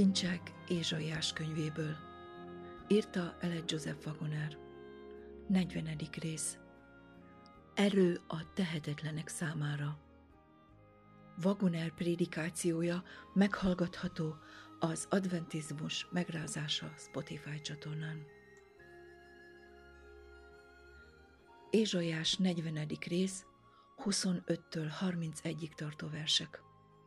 Kincsek Ézsaiás könyvéből. Írta Eled Joseph Wagoner. 40. rész. Erő a tehetetlenek számára. Wagoner prédikációja meghallgatható az Adventizmus megrázása Spotify csatornán. Ézsaiás 40. rész, 25-től 31-ig tartó versek.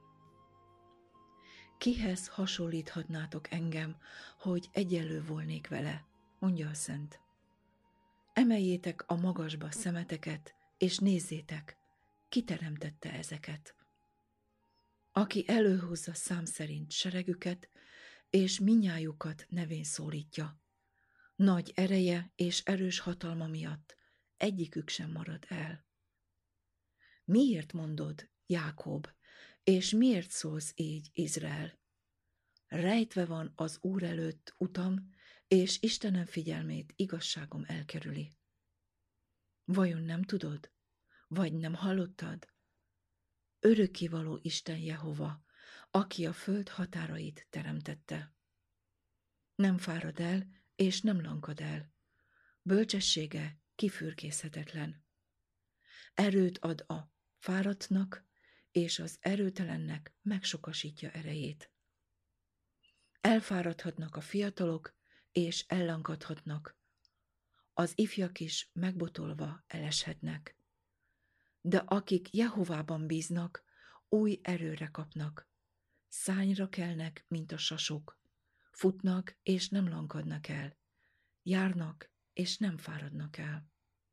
Kihez hasonlíthatnátok engem, hogy egyenlő volnék vele, mondja a Szent. Emeljétek a magasba szemeteket, és nézzétek, ki teremtette ezeket. Aki előhozza szám szerint seregüket, és minnyájukat nevén szólítja. Nagy ereje és erős hatalma miatt egyikük sem marad el. Miért mondod, Jákob, és miért szólsz így, Izrael? Rejtve van az Úr előtt utam, és Istenem figyelmét igazságom elkerüli. Vajon nem tudod? Vagy nem hallottad? Örökkévaló Isten Jehova, aki a föld határait teremtette. Nem fárad el, és nem lankad el. Bölcsessége kifürkészhetetlen. Erőt ad a fáradtnak, és az erőtelennek megsokasítja erejét. Elfáradhatnak a fiatalok, és ellankadhatnak. Az ifjak is megbotolva eleshetnek. De akik Jehovában bíznak, új erőre kapnak. Szárnyra kelnek, mint a sasok. Futnak, és nem lankadnak el. Járnak, és nem fáradnak el.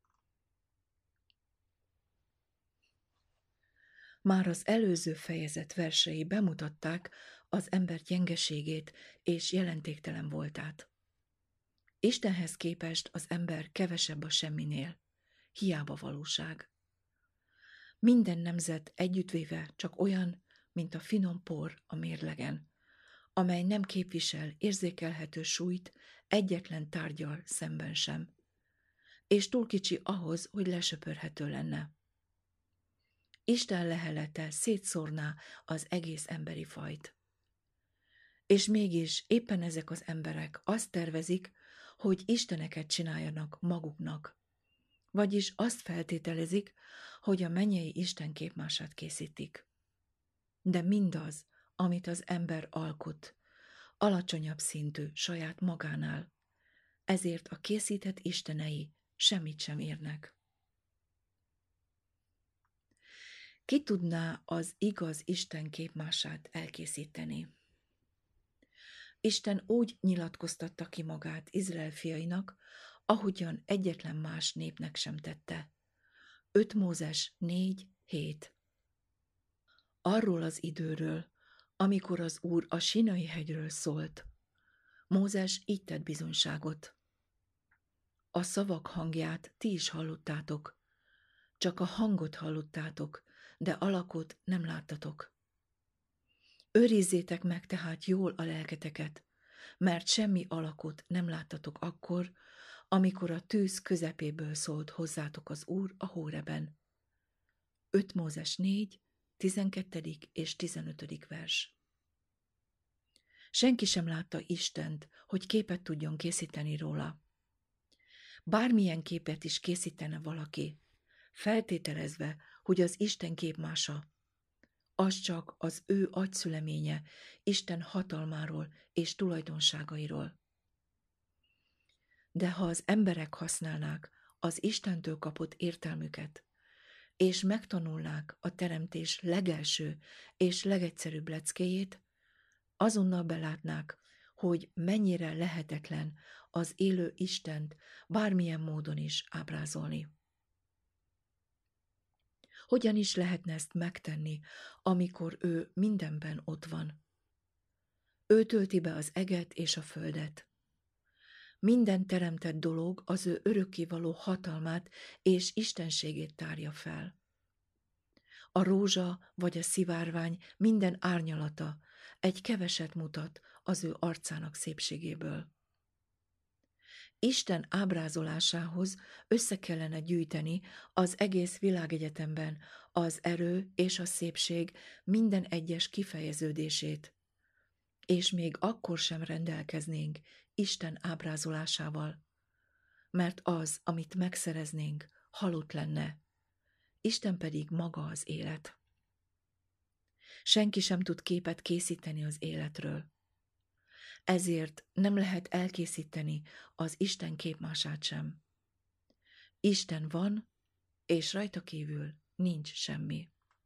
Már az előző fejezet versei bemutatták az ember gyengeségét és jelentéktelen voltát. Istenhez képest az ember kevesebb a semminél, hiába valóság. Minden nemzet együttvéve csak olyan, mint a finom por a mérlegen, amely nem képvisel érzékelhető súlyt egyetlen tárggyal szemben sem, és túl kicsi ahhoz, hogy lesöpörhető lenne. Isten lehelete szétszórná az egész emberi fajt. És mégis éppen ezek az emberek azt tervezik, hogy isteneket csináljanak maguknak, vagyis azt feltételezik, hogy a mennyei Isten képmását készítik. De mindaz, amit az ember alkot, alacsonyabb szintű saját magánál, ezért a készített istenei semmit sem érnek. Ki tudná az igaz Isten képmását elkészíteni? Isten úgy nyilatkoztatta ki magát Izrael fiainak, ahogyan egyetlen más népnek sem tette. 5 Mózes 4:7. Arról az időről, amikor az Úr a Sinai hegyről szólt, Mózes így tett bizonyságot. A szavak hangját ti is hallottátok, csak a hangot hallottátok, de alakot nem láttatok. Őrizzétek meg tehát jól a lelketeket, mert semmi alakot nem láttatok akkor, amikor a tűz közepéből szólt hozzátok az Úr a Hóreben. 5 Mózes 4, 12. és 15. vers. Senki sem látta Istent, hogy képet tudjon készíteni róla. Bármilyen képet is készítene valaki, feltételezve, hogy az Isten képmása, az csak az ő agyszüleménye Isten hatalmáról és tulajdonságairól. De ha az emberek használnák az Istentől kapott értelmüket, és megtanulnák a teremtés legelső és legegyszerűbb leckéjét, azonnal belátnák, hogy mennyire lehetetlen az élő Istent bármilyen módon is ábrázolni. Hogyan is lehetne ezt megtenni, amikor ő mindenben ott van? Ő tölti be az eget és a földet. Minden teremtett dolog az ő örökkévaló hatalmát és istenségét tárja fel. A rózsa vagy a szivárvány minden árnyalata egy keveset mutat az ő arcának szépségéből. Isten ábrázolásához össze kellene gyűjteni az egész világegyetemben az erő és a szépség minden egyes kifejeződését, és még akkor sem rendelkeznénk Isten ábrázolásával, mert az, amit megszereznénk, halott lenne, Isten pedig maga az élet. Senki sem tud képet készíteni az életről. Ezért nem lehet elkészíteni az Isten képmását sem. Isten van, és rajta kívül nincs semmi.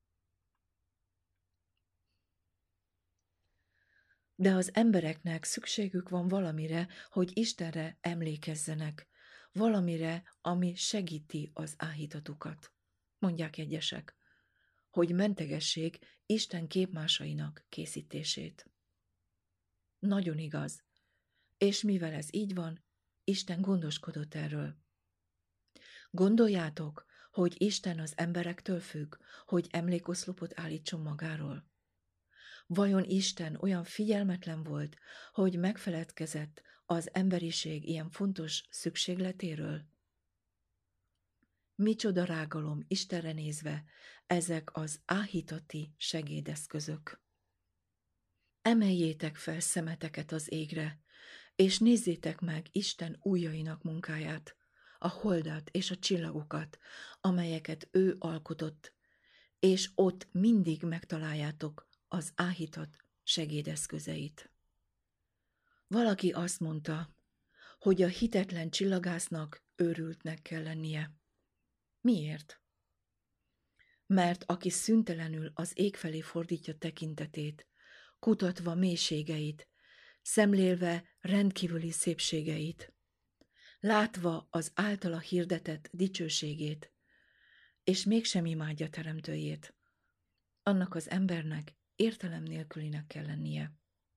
De az embereknek szükségük van valamire, hogy Istenre emlékezzenek, valamire, ami segíti az áhítatukat. Mondják egyesek, hogy mentegessék Isten képmásainak készítését. Nagyon igaz, és mivel ez így van, Isten gondoskodott erről. Gondoljátok, hogy Isten az emberektől függ, hogy emlékoszlopot állítson magáról? Vajon Isten olyan figyelmetlen volt, hogy megfeledkezett az emberiség ilyen fontos szükségletéről? Micsoda rágalom Istenre nézve ezek az áhítati segédeszközök. Emeljétek fel szemeteket az égre, és nézzétek meg Isten ujjainak munkáját, a holdat és a csillagokat, amelyeket ő alkotott, és ott mindig megtaláljátok az áhítat segédeszközeit. Valaki azt mondta, hogy a hitetlen csillagásznak őrültnek kell lennie. Miért? Mert aki szüntelenül az ég felé fordítja tekintetét, kutatva mélységeit, szemlélve rendkívüli szépségeit, látva az általa hirdetett dicsőségét, és mégsem imádja teremtőjét, annak az embernek értelem nélkülinek kell lennie.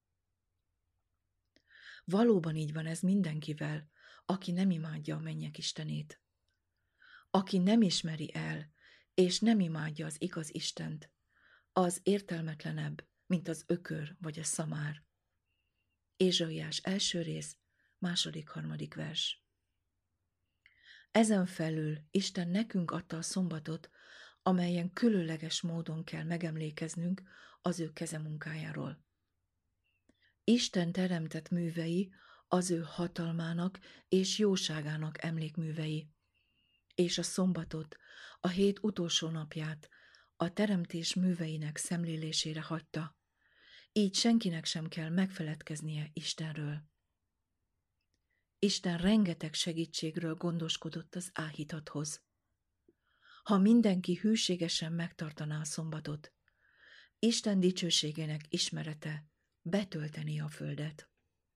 Valóban így van ez mindenkivel, aki nem imádja a mennyek Istenét. Aki nem ismeri el, és nem imádja az igaz Istent, az értelmetlenebb, mint az ökör vagy a szamár. Ézsaiás 1. rész, 2.-3. vers. Ezen felül Isten nekünk adta a szombatot, amelyen különleges módon kell megemlékeznünk az ő kezemunkájáról. Isten teremtett művei az ő hatalmának és jóságának emlékművei, és a szombatot, a hét utolsó napját a teremtés műveinek szemlélésére hagyta, így senkinek sem kell megfeledkeznie Istenről. Isten rengeteg segítségről gondoskodott az áhítathoz. Ha mindenki hűségesen megtartaná a szombatot, Isten dicsőségének ismerete betölteni a földet.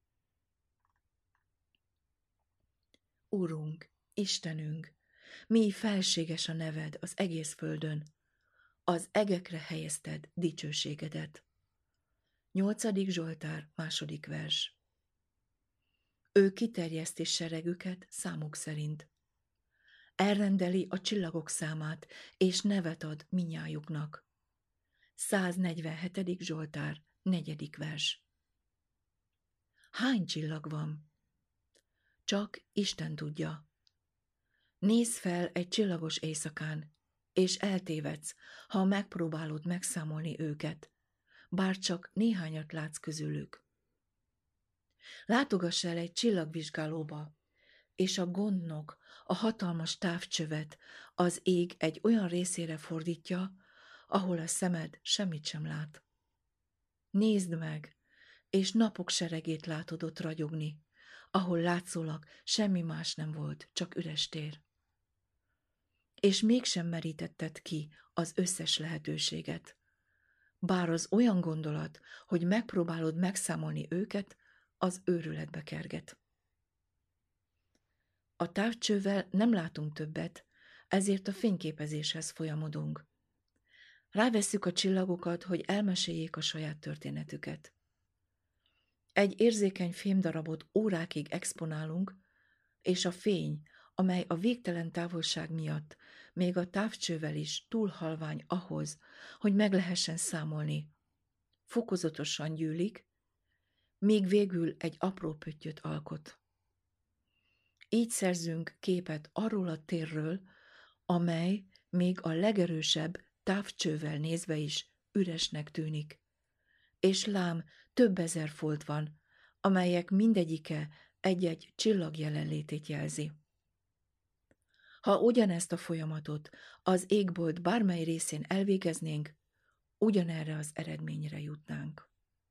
Urunk, Istenünk, mi felséges a neved az egész földön, az egekre helyezted dicsőségedet. 8. Zsoltár, 2. vers. Ő kiterjeszti seregüket számuk szerint. Elrendeli a csillagok számát, és nevet ad minnyájuknak. 147. Zsoltár, 4. vers. Hány csillag van? Csak Isten tudja. Nézz fel egy csillagos éjszakán, és eltévedsz, ha megpróbálod megszámolni őket, bár csak néhányat látsz közülük. Látogass el egy csillagvizsgálóba, és a gondnok a hatalmas távcsövet az ég egy olyan részére fordítja, ahol a szemed semmit sem lát. Nézd meg, és napok seregét látod ott ragyogni, ahol látszólag semmi más nem volt, csak üres tér. És mégsem merítetted ki az összes lehetőséget. Bár az olyan gondolat, hogy megpróbálod megszámolni őket, az őrületbe kerget. A távcsővel nem látunk többet, ezért a fényképezéshez folyamodunk. Rávesszük a csillagokat, hogy elmeséljék a saját történetüket. Egy érzékeny fémdarabot órákig exponálunk, és a fény, amely a végtelen távolság miatt még a távcsővel is túl halvány ahhoz, hogy meg lehessen számolni, fokozatosan gyűlik, míg végül egy apró pöttyöt alkot. Így szerzünk képet arról a térről, amely még a legerősebb távcsővel nézve is üresnek tűnik, és lám több ezer folt van, amelyek mindegyike egy-egy csillag jelenlétét jelzi. Ha ugyanezt a folyamatot az égbolt bármely részén elvégeznénk, ugyanerre az eredményre jutnánk.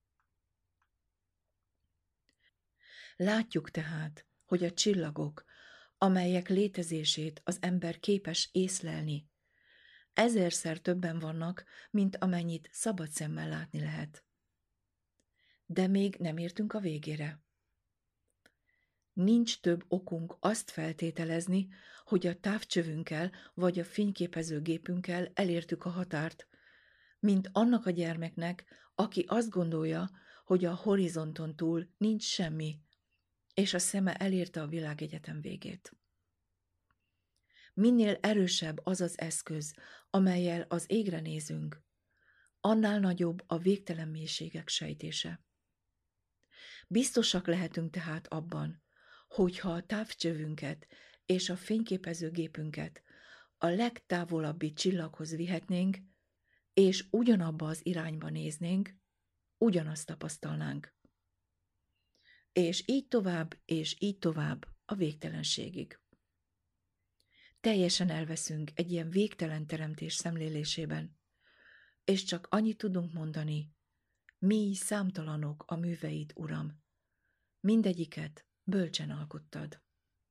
Látjuk tehát, hogy a csillagok, amelyek létezését az ember képes észlelni, ezerszer többen vannak, mint amennyit szabad szemmel látni lehet. De még nem értünk a végére. Nincs több okunk azt feltételezni, hogy a távcsövünkkel vagy a fényképezőgépünkkel elértük a határt, mint annak a gyermeknek, aki azt gondolja, hogy a horizonton túl nincs semmi, és a szeme elérte a világegyetem végét. Minél erősebb az az eszköz, amellyel az égre nézünk, annál nagyobb a végtelen mélységek sejtése. Biztosak lehetünk tehát abban, hogyha a távcsövünket és a fényképezőgépünket a legtávolabbi csillaghoz vihetnénk, és ugyanabba az irányba néznénk, ugyanazt tapasztalnánk. És így tovább a végtelenségig. Teljesen elveszünk egy ilyen végtelen teremtés szemlélésében, és csak annyit tudunk mondani, mély számtalanok a műveid, Uram, mindegyiket bölcsen alkottad.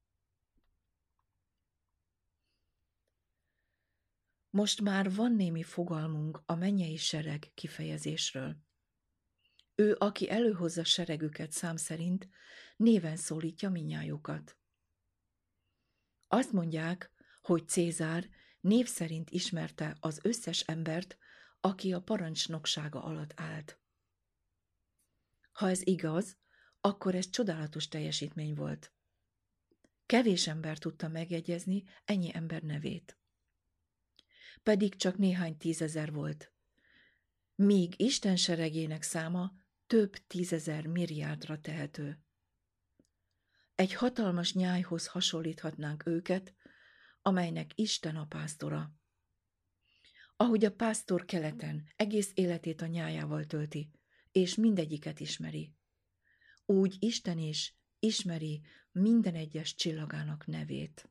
Most már van némi fogalmunk a mennyei sereg kifejezésről. Ő, aki előhozza seregüket szám szerint, néven szólítja minnyájukat. Azt mondják, hogy Cézár név szerint ismerte az összes embert, aki a parancsnoksága alatt állt. Ha ez igaz, akkor ez csodálatos teljesítmény volt. Kevés ember tudta megjegyezni ennyi ember nevét. Pedig csak néhány tízezer volt. Míg Isten seregének száma több tízezer milliárdra tehető. Egy hatalmas nyájhoz hasonlíthatnánk őket, amelynek Isten a pásztora. Ahogy a pásztor keleten egész életét a nyájával tölti, és mindegyiket ismeri, úgy Isten is ismeri minden egyes csillagának nevét.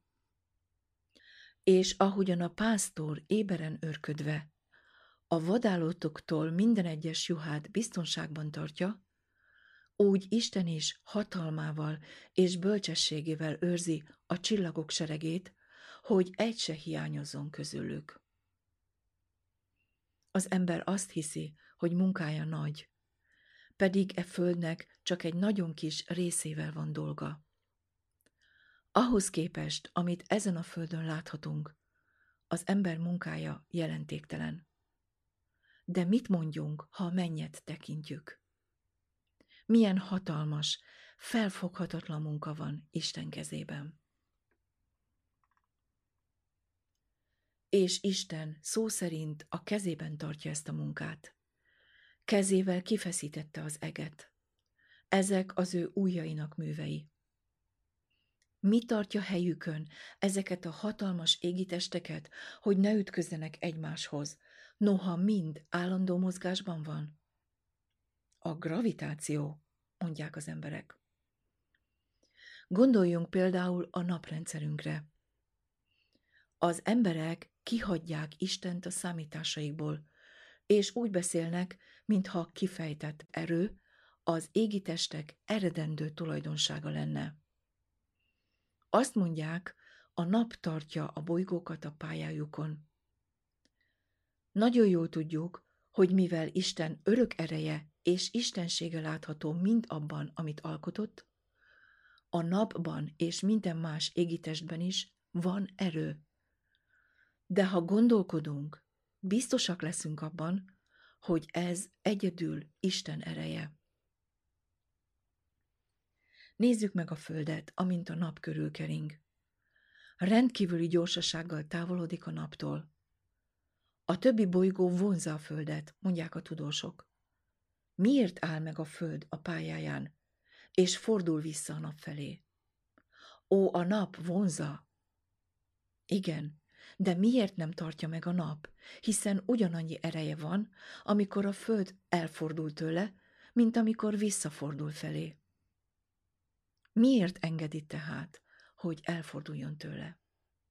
És ahogyan a pásztor éberen őrködve a vadállotoktól minden egyes juhát biztonságban tartja, úgy Isten is hatalmával és bölcsességével őrzi a csillagok seregét, hogy egy se hiányozzon közülük. Az ember azt hiszi, hogy munkája nagy, pedig e földnek csak egy nagyon kis részével van dolga. Ahhoz képest, amit ezen a földön láthatunk, az ember munkája jelentéktelen. De mit mondjunk, ha a mennyet tekintjük? Milyen hatalmas, felfoghatatlan munka van Isten kezében. És Isten szó szerint a kezében tartja ezt a munkát. Kezével kifeszítette az eget. Ezek az ő ujjainak művei. Mi tartja helyükön ezeket a hatalmas égitesteket, hogy ne ütközzenek egymáshoz, noha mind állandó mozgásban van? A gravitáció, mondják az emberek. Gondoljunk például a naprendszerünkre. Az emberek kihagyják Istent a számításaikból, és úgy beszélnek, mintha kifejtett erő az égitestek eredendő tulajdonsága lenne. Azt mondják, a nap tartja a bolygókat a pályájukon. Nagyon jól tudjuk, hogy mivel Isten örök ereje és istensége látható mind abban, amit alkotott, a napban és minden más égitestben is van erő. De ha gondolkodunk, biztosak leszünk abban, hogy ez egyedül Isten ereje. Nézzük meg a Földet, amint a nap körül kering. Rendkívüli gyorsasággal távolodik a naptól. A többi bolygó vonzza a Földet, mondják a tudósok. Miért áll meg a Föld a pályáján, és fordul vissza a nap felé? Ó, a nap vonzza! Igen, de miért nem tartja meg a nap, hiszen ugyanannyi ereje van, amikor a Föld elfordul tőle, mint amikor visszafordul felé. Miért engedi tehát, hogy elforduljon tőle?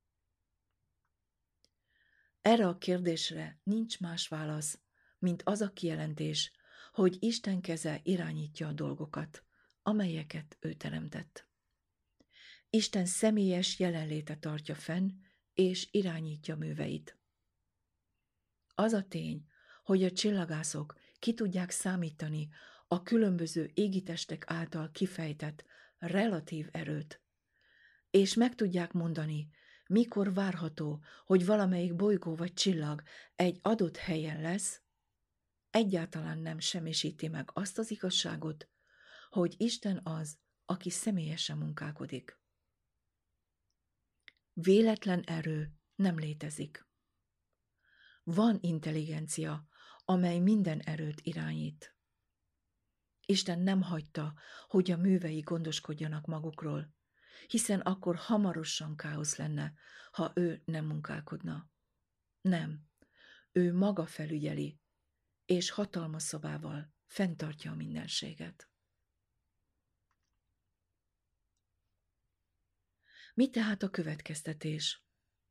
Erre a kérdésre nincs más válasz, mint az a kijelentés, hogy Isten keze irányítja a dolgokat, amelyeket ő teremtett. Isten személyes jelenléte tartja fenn, és irányítja műveit. Az a tény, hogy a csillagászok ki tudják számítani a különböző égitestek által kifejtett relatív erőt, és meg tudják mondani, mikor várható, hogy valamelyik bolygó vagy csillag egy adott helyen lesz, egyáltalán nem semmisíti meg azt az igazságot, hogy Isten az, aki személyesen munkálkodik. Véletlen erő nem létezik. Van intelligencia, amely minden erőt irányít. Isten nem hagyta, hogy a művei gondoskodjanak magukról, hiszen akkor hamarosan káosz lenne, ha ő nem munkálkodna. Nem, ő maga felügyeli, és hatalmas szavával fenntartja a mindenséget. Mi tehát a következtetés?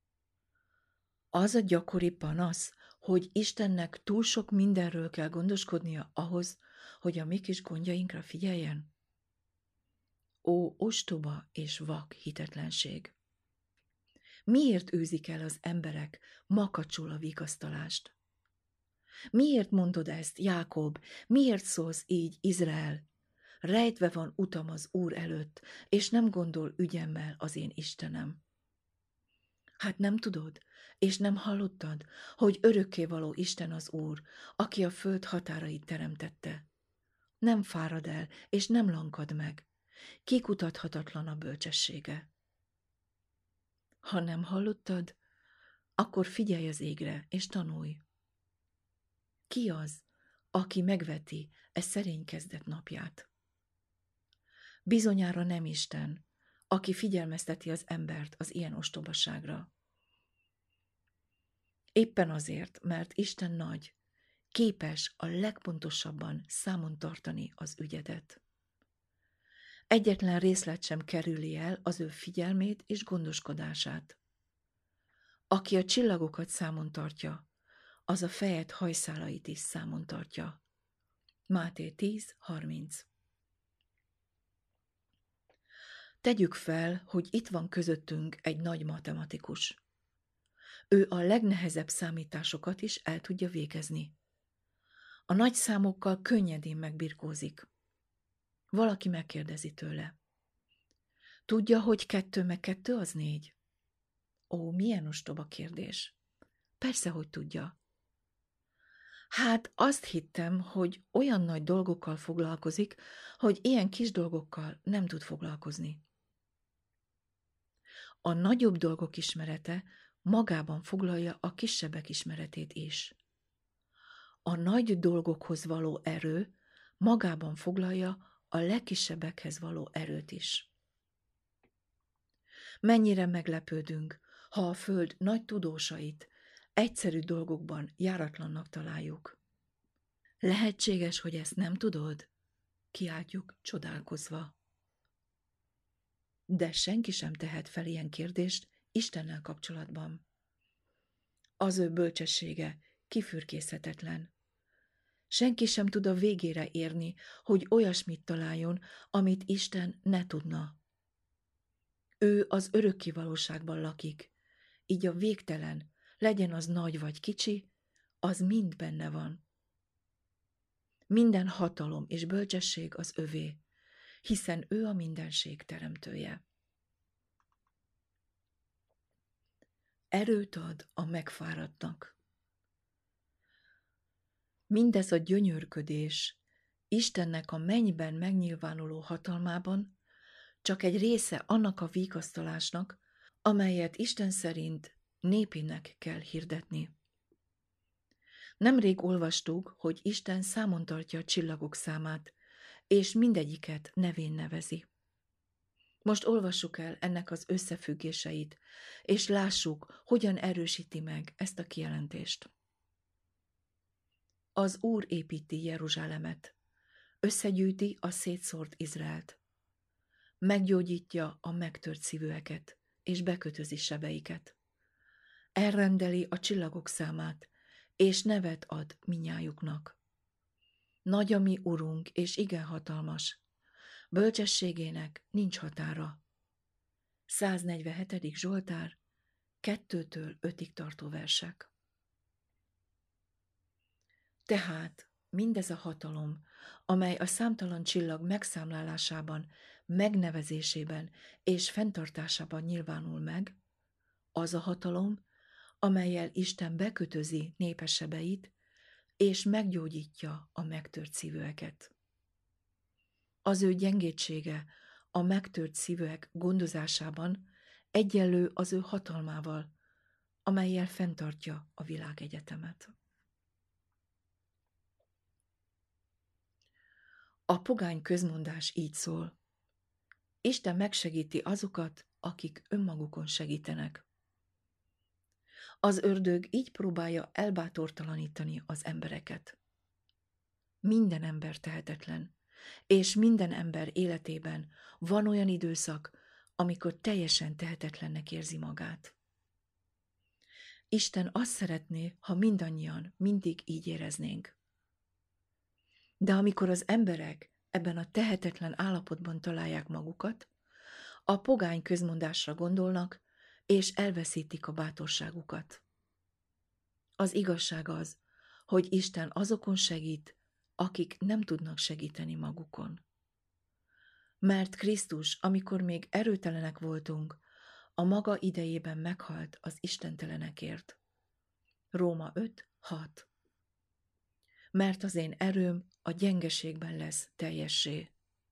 Az a gyakori panasz, hogy Istennek túl sok mindenről kell gondoskodnia ahhoz, hogy a mi kis gondjainkra figyeljen? Ó, ostoba és vak hitetlenség! Miért űzik el az emberek makacsul a vigasztalást? Miért mondod ezt, Jákob? Miért szólsz így, Izrael? Rejtve van utam az Úr előtt, és nem gondol ügyemmel az én Istenem. Hát nem tudod, és nem hallottad, hogy örökkévaló Isten az Úr, aki a föld határait teremtette. Nem fárad el, és nem lankad meg. Kikutathatatlan a bölcsessége. Ha nem hallottad, akkor figyelj az égre, és tanulj. Ki az, aki megveti e szerény kezdet napját? Bizonyára nem Isten, aki figyelmezteti az embert az ilyen ostobaságra. Éppen azért, mert Isten nagy, képes a legpontosabban számon tartani az ügyedet. Egyetlen részlet sem kerüli el az ő figyelmét és gondoskodását. Aki a csillagokat számon tartja, az a fejed hajszálait is számon tartja. Máté 10:30. Tegyük fel, hogy itt van közöttünk egy nagy matematikus. Ő a legnehezebb számításokat is el tudja végezni. A nagy számokkal könnyedén megbirkózik. Valaki megkérdezi tőle. Tudja, hogy 2 meg 2 az 4? Ó, milyen ostoba kérdés. Persze, hogy tudja. Hát azt hittem, hogy olyan nagy dolgokkal foglalkozik, hogy ilyen kis dolgokkal nem tud foglalkozni. A nagyobb dolgok ismerete magában foglalja a kisebbek ismeretét is. A nagy dolgokhoz való erő magában foglalja a legkisebbekhez való erőt is. Mennyire meglepődünk, ha a Föld nagy tudósait egyszerű dolgokban járatlannak találjuk. Lehetséges, hogy ezt nem tudod? Kiáltjuk csodálkozva. De senki sem tehet fel ilyen kérdést Istennel kapcsolatban. Az ő bölcsessége kifürkészhetetlen. Senki sem tud a végére érni, hogy olyasmit találjon, amit Isten ne tudna. Ő az örökké valóságban lakik, így a végtelen, legyen az nagy vagy kicsi, az mind benne van. Minden hatalom és bölcsesség az övé, hiszen ő a mindenség teremtője. Erőt ad a megfáradtnak. Mindez a gyönyörködés Istennek a mennyben megnyilvánuló hatalmában csak egy része annak a vigasztalásnak, amelyet Isten szerint népének kell hirdetni. Nemrég olvastuk, hogy Isten számon tartja a csillagok számát, és mindegyiket nevén nevezi. Most olvassuk el ennek az összefüggéseit, és lássuk, hogyan erősíti meg ezt a kijelentést. Az Úr építi Jeruzsálemet, Összegyűjti a szétszórt Izraelt. Meggyógyítja a megtört szívűeket, és bekötözi sebeiket. Elrendeli a csillagok számát, és nevet ad minnyájuknak. Nagy a mi Urunk, és igen hatalmas. Bölcsességének nincs határa. 147. Zsoltár, 2-től 5-ig tartó versek. Tehát mindez a hatalom, amely a számtalan csillag megszámlálásában, megnevezésében és fenntartásában nyilvánul meg, az a hatalom, amellyel Isten bekötözi népesebeit, és meggyógyítja a megtört szívűeket. Az ő gyengétsége a megtört szívűek gondozásában egyenlő az ő hatalmával, amellyel fenntartja a világegyetemet. A pogány közmondás így szól: Isten megsegíti azokat, akik önmagukon segítenek. Az ördög így próbálja elbátortalanítani az embereket. Minden ember tehetetlen, és minden ember életében van olyan időszak, amikor teljesen tehetetlennek érzi magát. Isten azt szeretné, ha mindannyian mindig így éreznénk. De amikor az emberek ebben a tehetetlen állapotban találják magukat, a pogány közmondásra gondolnak, és elveszítik a bátorságukat. Az igazság az, hogy Isten azokon segít, akik nem tudnak segíteni magukon. Mert Krisztus, amikor még erőtelenek voltunk, a maga idejében meghalt az istentelenekért. Róma 5:6. Mert az én erőm a gyengeségben lesz teljessé.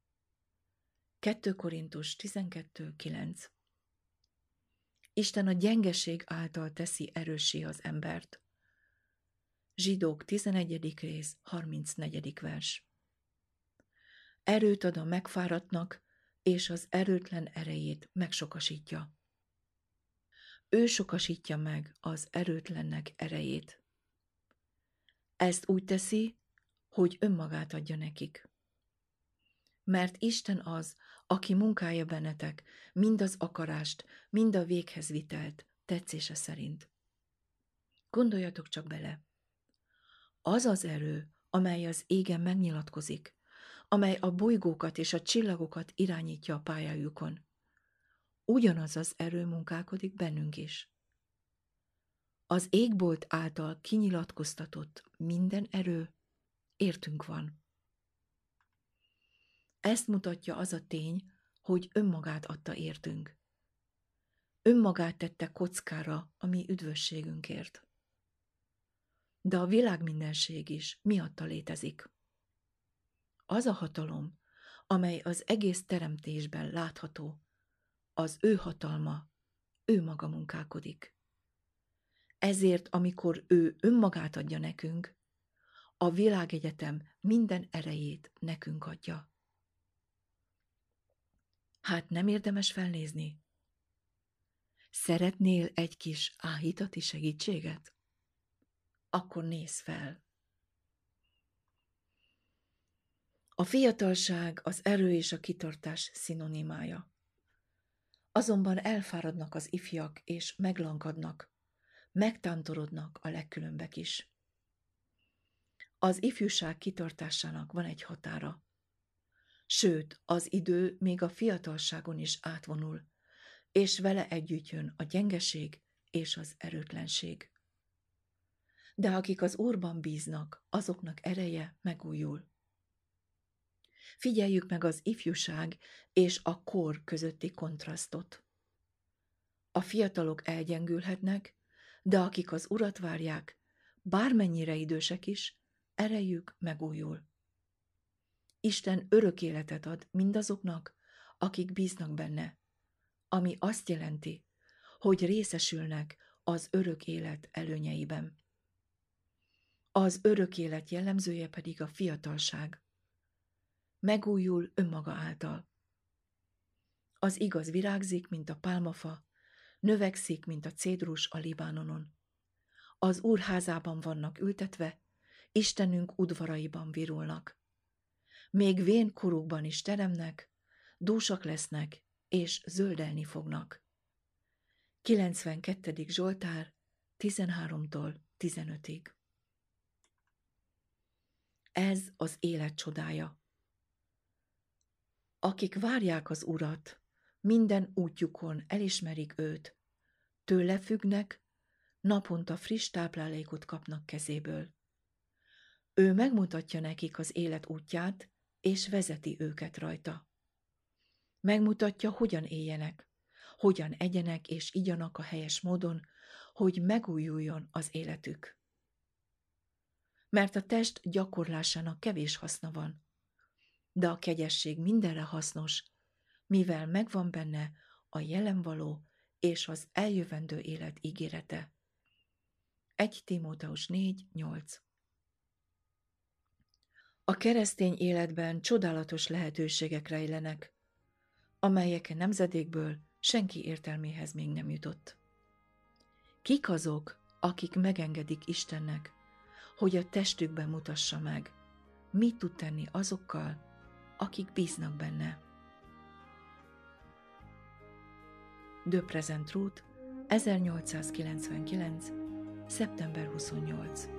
2 Korintus 12:9. Isten a gyengeség által teszi erőssé az embert. Zsidók 11. rész, 34. vers. Erőt ad a megfáradtnak, és az erőtlen erejét megsokasítja. Ő sokasítja meg az erőtlennek erejét. Ezt úgy teszi, hogy önmagát adja nekik. Mert Isten az, aki munkálja bennetek mind az akarást, mind a véghezvitelt tetszése szerint. Gondoljatok csak bele! Az az erő, amely az égen megnyilatkozik, amely a bolygókat és a csillagokat irányítja a pályájukon, ugyanaz az erő munkálkodik bennünk is. Az égbolt által kinyilatkoztatott minden erő értünk van. Ezt mutatja az a tény, hogy önmagát adta értünk. Önmagát tette kockára a mi üdvösségünkért. De a világmindenség is miatta létezik. Az a hatalom, amely az egész teremtésben látható, az ő hatalma, ő maga munkálkodik. Ezért, amikor ő önmagát adja nekünk, a világegyetem minden erejét nekünk adja. Hát nem érdemes felnézni? Szeretnél egy kis áhítati segítséget? Akkor nézz fel. A fiatalság az erő és a kitartás szinonimája. Azonban elfáradnak az ifjak, és meglankadnak, megtántorodnak a legkülönbek is. Az ifjúság kitartásának van egy határa. Sőt, az idő még a fiatalságon is átvonul, és vele együtt jön a gyengeség és az erőtlenség. De akik az Úrban bíznak, azoknak ereje megújul. Figyeljük meg az ifjúság és a kor közötti kontrasztot. A fiatalok elgyengülhetnek, de akik az Urat várják, bármennyire idősek is, erejük megújul. Isten örök életet ad mindazoknak, akik bíznak benne, ami azt jelenti, hogy részesülnek az örök élet előnyeiben. Az örök élet jellemzője pedig a fiatalság. Megújul önmaga által. Az igaz virágzik, mint a pálmafa, növekszik, mint a cédrus a Libánonon. Az Úr házában vannak ültetve, Istenünk udvaraiban virulnak. még vén korukban is teremnek, dúsak lesznek, és zöldelni fognak. 92. Zsoltár, 13-tól 15-ig. Ez az élet csodája. Akik várják az Urat, minden útjukon elismerik őt, tőle függnek, naponta friss táplálékot kapnak kezéből. Ő megmutatja nekik az élet útját, és vezeti őket rajta. Megmutatja, hogyan éljenek, hogyan egyenek és igyanak a helyes módon, hogy megújuljon az életük. Mert a test gyakorlásának kevés haszna van, de a kegyesség mindenre hasznos, mivel megvan benne a jelenvaló és az eljövendő élet ígérete. 1 Timóteus 4:8. A keresztény életben csodálatos lehetőségek rejlenek, amelyek nemzedékből senki értelméhez még nem jutott. Kik azok, akik megengedik Istennek, hogy a testükben mutassa meg, mit tud tenni azokkal, akik bíznak benne? De Present Truth, 1899. szeptember 28.